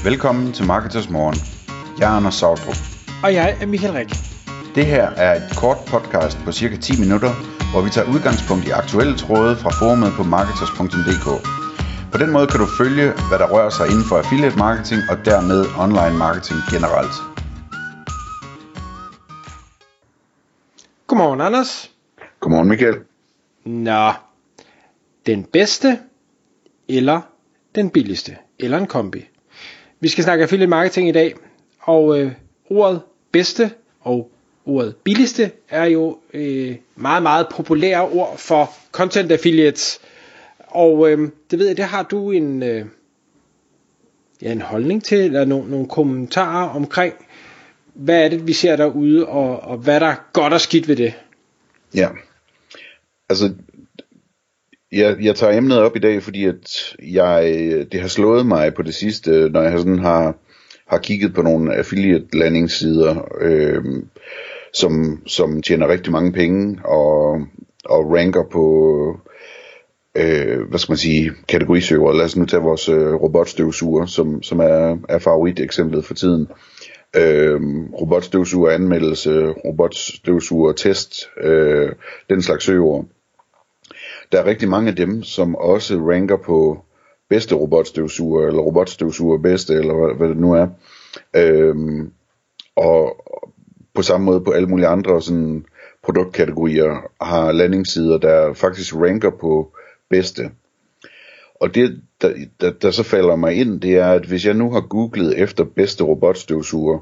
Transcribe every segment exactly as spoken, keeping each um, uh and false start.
Velkommen til Marketers Morgen. Jeg er Anders Sautrup. Og jeg er Michael Rik. Det her er et kort podcast på cirka ti minutter, hvor vi tager udgangspunkt i aktuelle tråde fra forumet på marketers punktum d k. På den måde kan du følge, hvad der rører sig inden for affiliate marketing og dermed online marketing generelt. Godmorgen, Anders. Godmorgen, Michael. Nå, den bedste eller den billigste eller en kombi. Vi skal snakke affiliate marketing i dag, og øh, ordet bedste og ordet billigste er jo øh, meget, meget populære ord for content affiliates. Og øh, det ved jeg, det har du en, øh, ja, en holdning til, eller no, nogle kommentarer omkring, hvad er det, vi ser derude, og, og hvad der er godt og skidt ved det. Ja, altså jeg, jeg tager emnet op i dag, fordi at jeg, det har slået mig på det sidste, når jeg sådan har, har kigget på nogle affiliate landingssider, øh, som, som tjener rigtig mange penge og, og ranker på, øh, hvad skal man sige, kategorisøger. Lad os nu tage vores øh, robotstøvsuger, som, som er, er favorit-eksemplet for tiden. Øh, robotstøvsuger anmeldelse, robotstøvsuger test, øh, den slags søgeord. Der er rigtig mange af dem, som også ranker på bedste robotstøvsuger, eller robotstøvsuger bedste, eller hvad, hvad det nu er. Øhm, og på samme måde på alle mulige andre sådan produktkategorier har landingssider, der faktisk ranker på bedste. Og det, der, der, der så falder mig ind, det er, at hvis jeg nu har googlet efter bedste robotstøvsuger,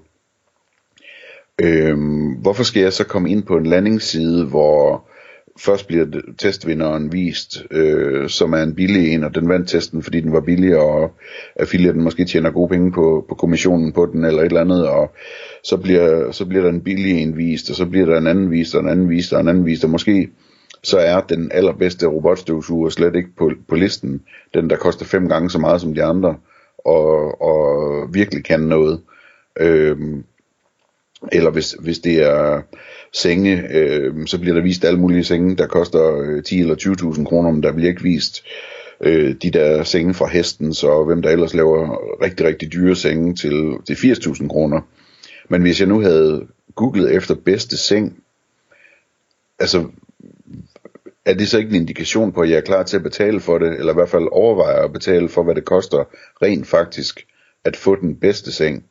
øhm, hvorfor skal jeg så komme ind på en landingsside, hvor først bliver testvinderen vist, øh, som er en billig en, og den vandt testen, fordi den var billig, og affiliaten måske tjener gode penge på, på kommissionen på den, eller et eller andet, og så bliver, så bliver der en billig en vist, og så bliver der en anden vist, og en anden vist, og en anden vist, og måske så er den allerbedste robotstøvsuger slet ikke på, på listen, den der koster fem gange så meget som de andre, og, og virkelig kan noget. Øhm, eller hvis, hvis det er senge, øh, så bliver der vist alle mulige senge, der koster øh, ti eller tyve tusind kroner, men der bliver ikke vist øh, de der senge fra Hestens, og hvem der ellers laver rigtig, rigtig dyre senge til, til firs tusind kroner. Men hvis jeg nu havde googlet efter bedste seng, altså er det så ikke en indikation på, at jeg er klar til at betale for det, eller i hvert fald overvejer at betale for, hvad det koster rent faktisk at få den bedste seng?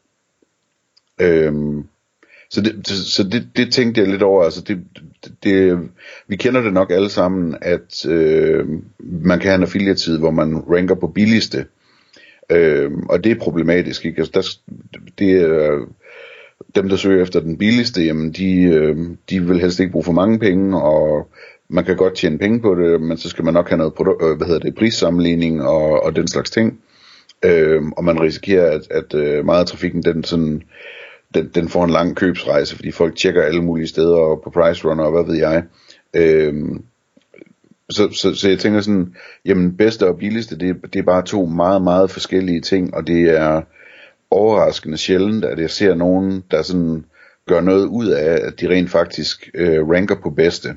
Øhm, Så, det, så det, det tænkte jeg lidt over. Altså det, det, vi kender det nok alle sammen, at øh, man kan have en affiliate-side, hvor man ranker på billigste, øh, og det er problematisk, ikke? Altså der, det er dem, der søger efter den billigste, jamen de, øh, de vil helst ikke bruge for mange penge, og man kan godt tjene penge på det, men så skal man nok have noget produ- øh, hvad hedder det, prissammenligning og, og den slags ting, øh, og man risikerer, at, at øh, meget af trafikken den sådan Den, den får en lang købsrejse, fordi folk tjekker alle mulige steder og på Price Runner og hvad ved jeg. Øhm, så, så, så jeg tænker sådan, jamen bedste og billigste, det, det er bare to meget, meget forskellige ting, og det er overraskende sjældent, at jeg ser nogen, der sådan gør noget ud af, at de rent faktisk øh, ranker på bedste.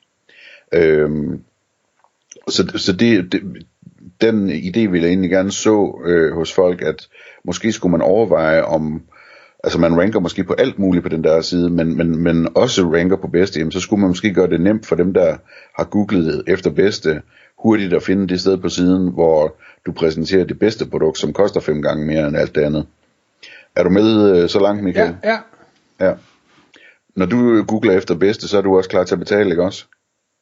Øhm, så så det, det, den idé vil jeg egentlig gerne så øh, hos folk, at måske skulle man overveje om, altså man ranker måske på alt muligt på den der side, men, men, men også ranker på bedste, jamen så skulle man måske gøre det nemt for dem, der har googlet efter bedste, hurtigt at finde det sted på siden, hvor du præsenterer det bedste produkt, som koster fem gange mere end alt det andet. Er du med så langt, Michael? Ja, ja. Ja. Når du googler efter bedste, så er du også klar til at betale, ikke også?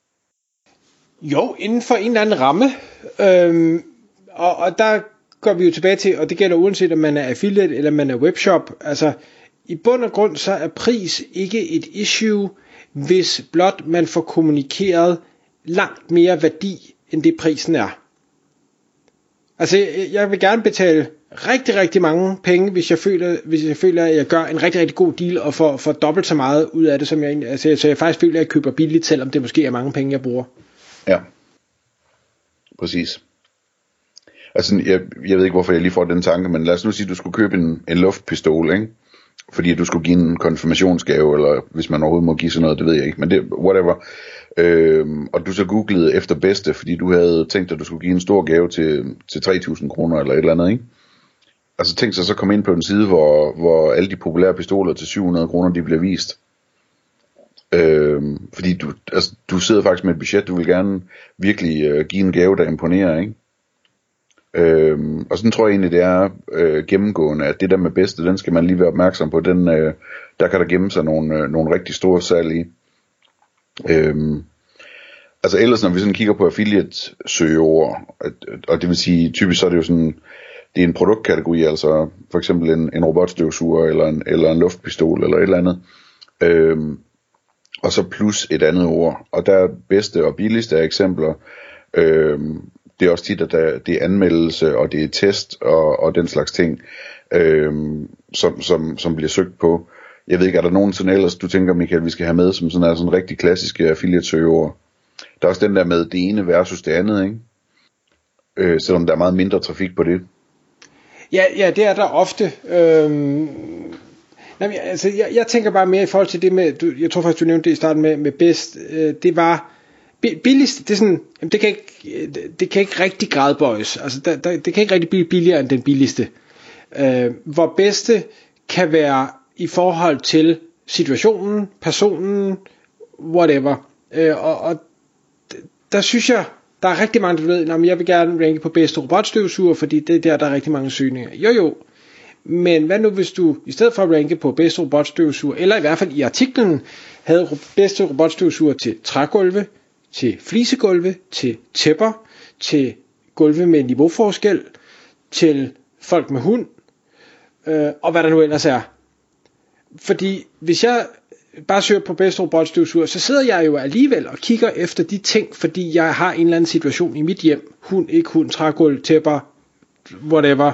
Jo, inden for en eller anden ramme, øhm, og, og der går vi jo tilbage til, og det gælder uanset om man er affiliate eller man er webshop, altså i bund og grund så er pris ikke et issue, hvis blot man får kommunikeret langt mere værdi end det prisen er. Altså jeg vil gerne betale rigtig rigtig mange penge, hvis jeg føler, hvis jeg føler at jeg gør en rigtig rigtig god deal og får, får dobbelt så meget ud af det, som jeg egentlig, altså så jeg faktisk føler at jeg køber billigt, selvom det måske er mange penge jeg bruger. Ja, præcis. Altså, jeg, jeg ved ikke, hvorfor jeg lige får den tanke, men lad os nu sige, at du skulle købe en, en luftpistol, ikke? Fordi du skulle give en konfirmationsgave, eller hvis man overhovedet må give sådan noget, det ved jeg ikke, men det, whatever. Øhm, og du så googlede efter bedste, fordi du havde tænkt, at du skulle give en stor gave til, til tre tusind kroner, eller et eller andet, ikke? altså tænk sig så komme ind på en side, hvor, hvor alle de populære pistoler til syv hundrede kroner, de bliver vist. Øhm, fordi du, altså, du sidder faktisk med et budget, du vil gerne virkelig øh, give en gave, der imponerer, ikke? Øhm, og sådan tror jeg egentlig, det er øh, gennemgående, at det der med bedste, den skal man lige være opmærksom på. Den, øh, der kan der gemme sig nogle, øh, nogle rigtig store salg i. Øhm, altså ellers, når vi sådan kigger på affiliate søgeord, og det vil sige, typisk så er det jo sådan, det er en produktkategori, altså for eksempel en, en robotstøvsuger, eller en, eller en luftpistol, eller et eller andet. Øhm, og så plus et andet ord. Og der er bedste og billigste af eksempler. Øhm, det er også tit, at der, det er anmeldelse, og det er test, og, og den slags ting, øhm, som, som, som bliver søgt på. Jeg ved ikke, er der nogen sådan ellers, du tænker, Michael, vi skal have med, som sådan er sådan rigtig klassiske affiliate-søgeord? Der er også den der med det ene versus det andet, ikke? Øh, selvom der er meget mindre trafik på det. Ja, ja, det er der ofte. Øhm, nej, altså, jeg, jeg tænker bare mere i forhold til det med, du, jeg tror faktisk, du nævnte det i starten med, med bedst, øh, det var billigst, det er sådan, jamen, det kan ikke, det, det kan ikke rigtig gradbøjes, altså der, der, det kan ikke rigtig blive billigere end den billigste. Øh, hvor bedste kan være i forhold til situationen, personen, whatever. Øh, og, og der synes jeg, der er rigtig mange, der ved, at jeg vil gerne ranke på bedste robotstøvsuger, fordi det er der, der er rigtig mange søgninger. Jo jo, men hvad nu hvis du, i stedet for at ranke på bedste robotstøvsuger, eller i hvert fald i artiklen, havde bedste robotstøvsuger til trægulve, til flisegulve, til tæpper, til gulve med niveauforskel, til folk med hund, øh, og hvad der nu ellers er. Fordi hvis jeg bare søger på bedste robotstøvsuger, så sidder jeg jo alligevel og kigger efter de ting, fordi jeg har en eller anden situation i mit hjem. Hund, ikke hund, trægulv, tæpper, whatever.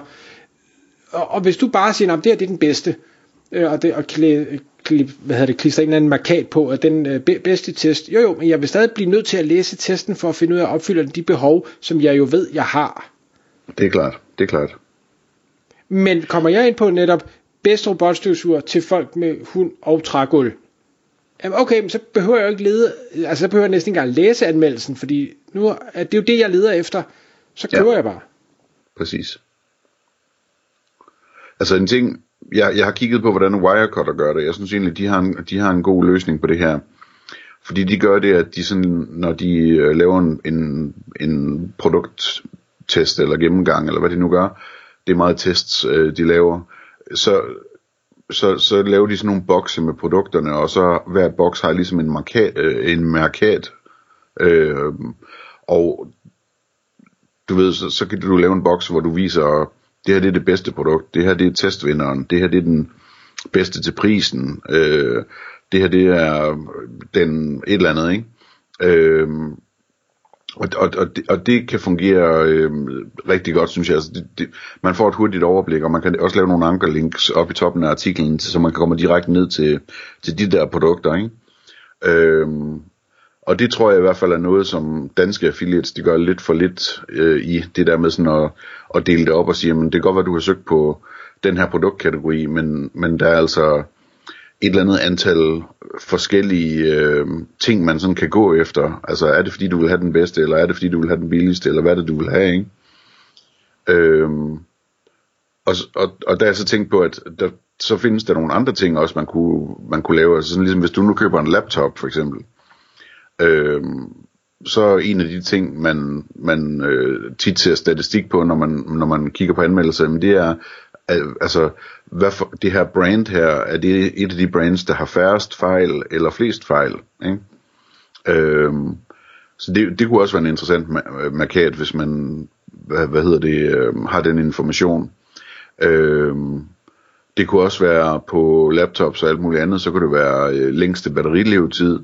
Og, og hvis du bare siger, at det her det er den bedste, øh, og, det, og klæ, klæ, hvad hedder det, klister en eller anden markat på, at den øh, bedste test, jo jo, men jeg vil stadig blive nødt til at læse testen, for at finde ud af, at opfylde de behov, som jeg jo ved, jeg har. Det er klart, det er klart. Men kommer jeg ind på netop bedste robotstøvsuger til folk med hund og trægulv, okay, men så behøver jeg jo ikke lede, altså så behøver jeg næsten ikke engang læse anmeldelsen, fordi nu er det jo det, jeg leder efter, så køber ja. jeg bare. Præcis. Altså en ting, jeg, jeg har kigget på, hvordan Wirecutter gør det. Jeg synes egentlig, de har, en, de har en god løsning på det her. Fordi de gør det, at de sådan, når de øh, laver en, en, en produkttest eller gennemgang, eller hvad de nu gør, det er meget tests, øh, de laver, så, så, så laver de sådan nogle bokse med produkterne, og så hver boks har ligesom en markat, øh, en markat øh, og du ved, så, så kan du lave en boks, hvor du viser, det her det er det bedste produkt, det her det er testvinderen, det her det er den bedste til prisen, øh, det her det er den et eller andet, ikke? Øh, og, og, og, det, og det kan fungere øh, rigtig godt, synes jeg. Altså, det, det, man får et hurtigt overblik, og man kan også lave nogle ankerlinks op i toppen af artiklen, så man kan komme direkte ned til, til de der produkter, ikke? Øh, og det tror jeg i hvert fald er noget, som danske affiliates, de gør lidt for lidt øh, i det der med sådan at, at dele det op og sige, men det kan godt være, du har søgt på den her produktkategori, men, men der er altså et eller andet antal forskellige øh, ting, man sådan kan gå efter. Altså er det fordi, du vil have den bedste, eller er det fordi, du vil have den billigste, eller hvad er det, du vil have, ikke? Øhm, og, og, og der er så tænkt på, at der, så findes der nogle andre ting også, man kunne, man kunne lave. Altså sådan ligesom, hvis du nu køber en laptop, for eksempel, Øhm, så en af de ting man, man øh, tit ser statistik på, når man, når man kigger på anmeldelser, men det er altså hvad for, det her brand her, er det et af de brands, der har færrest fejl eller flest fejl, ikke? Øhm, så det, det kunne også være en interessant markat, hvis man hvad, hvad hedder det øh, har den information. Øhm, det kunne også være på laptops og alt muligt andet. Så kunne det være øh, længste batterilevetid.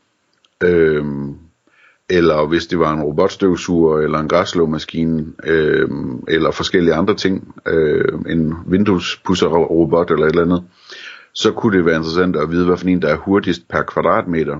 Øhm, eller hvis det var en robotstøvsuger eller en græsslåmaskine, øhm, eller forskellige andre ting, øh, en vinduespudserrobot eller et eller andet, så kunne det være interessant at vide, hvad for en der er hurtigst per kvadratmeter.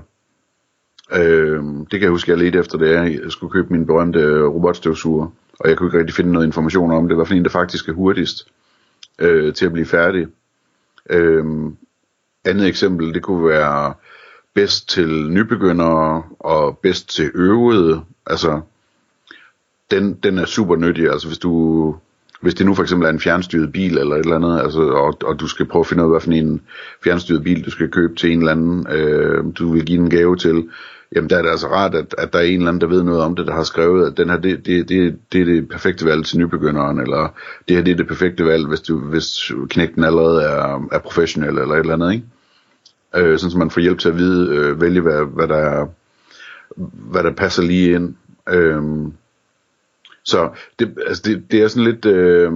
Øhm, det kan jeg huske, jeg ledte efter det, jeg skulle købe min berømte robotstøvsuger, og jeg kunne ikke rigtig finde noget information om det, hvad for en der faktisk er hurtigst øh, til at blive færdig. Øhm, andet eksempel, det kunne være bedst til nybegyndere og bedst til øvede. Altså den, den er super nyttig. Altså hvis du hvis det nu for eksempel er en fjernstyret bil eller et eller andet, altså, og, og du skal prøve at finde ud af, hvad for en fjernstyret bil du skal købe til en eller anden, øh, du vil give en gave til, jamen der er det altså rart, at, at der er en eller anden, der ved noget om det, der har skrevet, at den her, det, det, det, det er det perfekte valg til nybegynderen, eller det her, det er det perfekte valg, hvis, du, hvis knægten allerede er, er professionel eller et eller andet, ikke? Øh, sådan så man får hjælp til at vide, øh, vælge, hvad, hvad, der, hvad der passer lige ind. Øh, så det, altså det, det er sådan lidt, øh,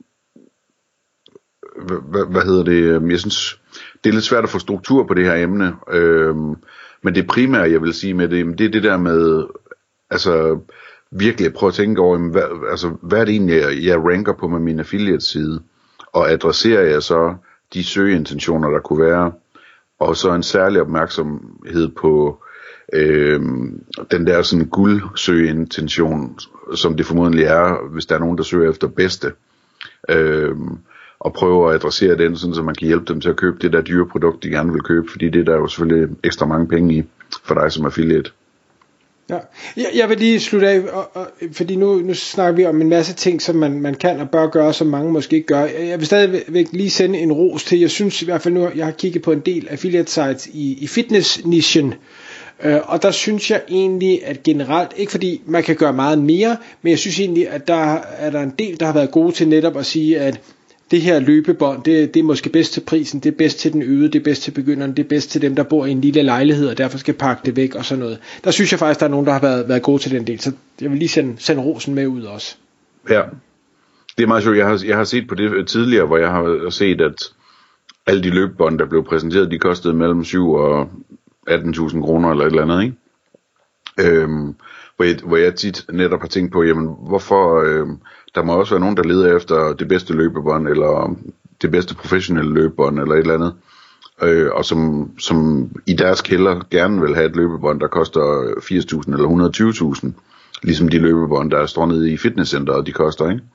hvad, hvad hedder det, jeg synes, det er lidt svært at få struktur på det her emne, øh, men det primære, jeg vil sige med det, det er det der med, altså virkelig at prøve at tænke over, hvad, altså, hvad er det egentlig, jeg, jeg ranker på med min affiliate-side, og adresserer jeg så de søgeintentioner, der kunne være, og så en særlig opmærksomhed på øh, den der sådan guldsøgeintention, som det formodentlig er, hvis der er nogen, der søger efter bedste, øh, og prøve at adressere den, sådan, så man kan hjælpe dem til at købe det der dyre produkt, de gerne vil købe, fordi det der er jo selvfølgelig ekstra mange penge i for dig som affiliate. Ja, jeg vil lige slutte af, og, og, fordi nu, nu snakker vi om en masse ting, som man, man kan og bør gøre, som mange måske ikke gør. Jeg vil stadigvæk lige sende en ros til, jeg synes i hvert fald nu, jeg har kigget på en del affiliate sites i, i fitness-nichen, øh, og der synes jeg egentlig, at generelt, ikke fordi man kan gøre meget mere, men jeg synes egentlig, at der er der en del, der har været gode til netop at sige, at det her løbebånd, det, det er måske bedst til prisen, det er bedst til den øde, det er bedst til begynderne, det er bedst til dem, der bor i en lille lejlighed, og derfor skal pakke det væk og sådan noget. Der synes jeg faktisk, der er nogen, der har været, været gode til den del, så jeg vil lige sende, sende rosen med ud også. Ja, det er meget sjovt. Jeg har, jeg har set på det tidligere, hvor jeg har set, at alle de løbebånd, der blev præsenteret, de kostede mellem syv og atten tusind kroner eller et eller andet, ikke? Øhm, hvor, jeg, hvor jeg tit netop har tænkt på, jamen hvorfor... Øhm, der må også være nogen, der leder efter det bedste løbebånd, eller det bedste professionelle løbebånd, eller et eller andet, øh, og som, som i deres kælder gerne vil have et løbebånd, der koster firs tusind eller et hundrede og tyve tusind, ligesom de løbebånd, der er strånet i fitnesscenteret, de koster, ikke?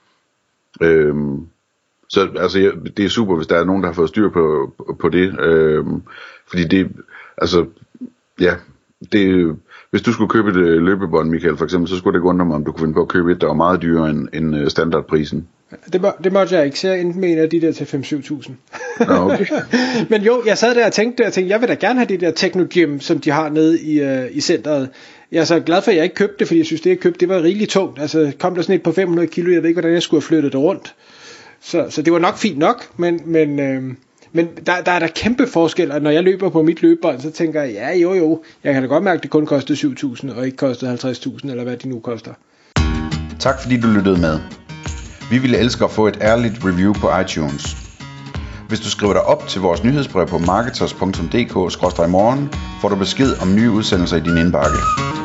Øh, så altså, det er super, hvis der er nogen, der har fået styr på, på, på det, øh, fordi det, altså, ja, det... Hvis du skulle købe et løbebånd, Michael, for eksempel, så skulle det gå undre mig, om du kunne finde på at købe et, der var meget dyrere end, end standardprisen. Det, må, det måtte jeg ikke, så jeg endte med en af de der til fem til syv tusind. Nå, okay. Men jo, jeg sad der og tænkte, jeg tænkte, jeg vil da gerne have det der Technogym, som de har nede i, uh, i centret. Jeg er så glad for, at jeg ikke købte det, fordi jeg synes, det jeg købte, det var rigeligt tungt. Altså, kom der sådan et på fem hundrede kilo, jeg ved ikke, hvordan jeg skulle have flyttet det rundt. Så, så det var nok fint nok, men... men øh, Men der, der er der kæmpe forskel, og når jeg løber på mit løbebånd, så tænker jeg, ja jo jo, jeg kan da godt mærke, at det kun kostede syv tusind, og ikke kostede halvtreds tusind, eller hvad de nu koster. Tak fordi du lyttede med. Vi ville elske at få et ærligt review på iTunes. Hvis du skriver dig op til vores nyhedsbrev på marketers punktum d k skråstreg morgen, får du besked om nye udsendelser i din indbakke.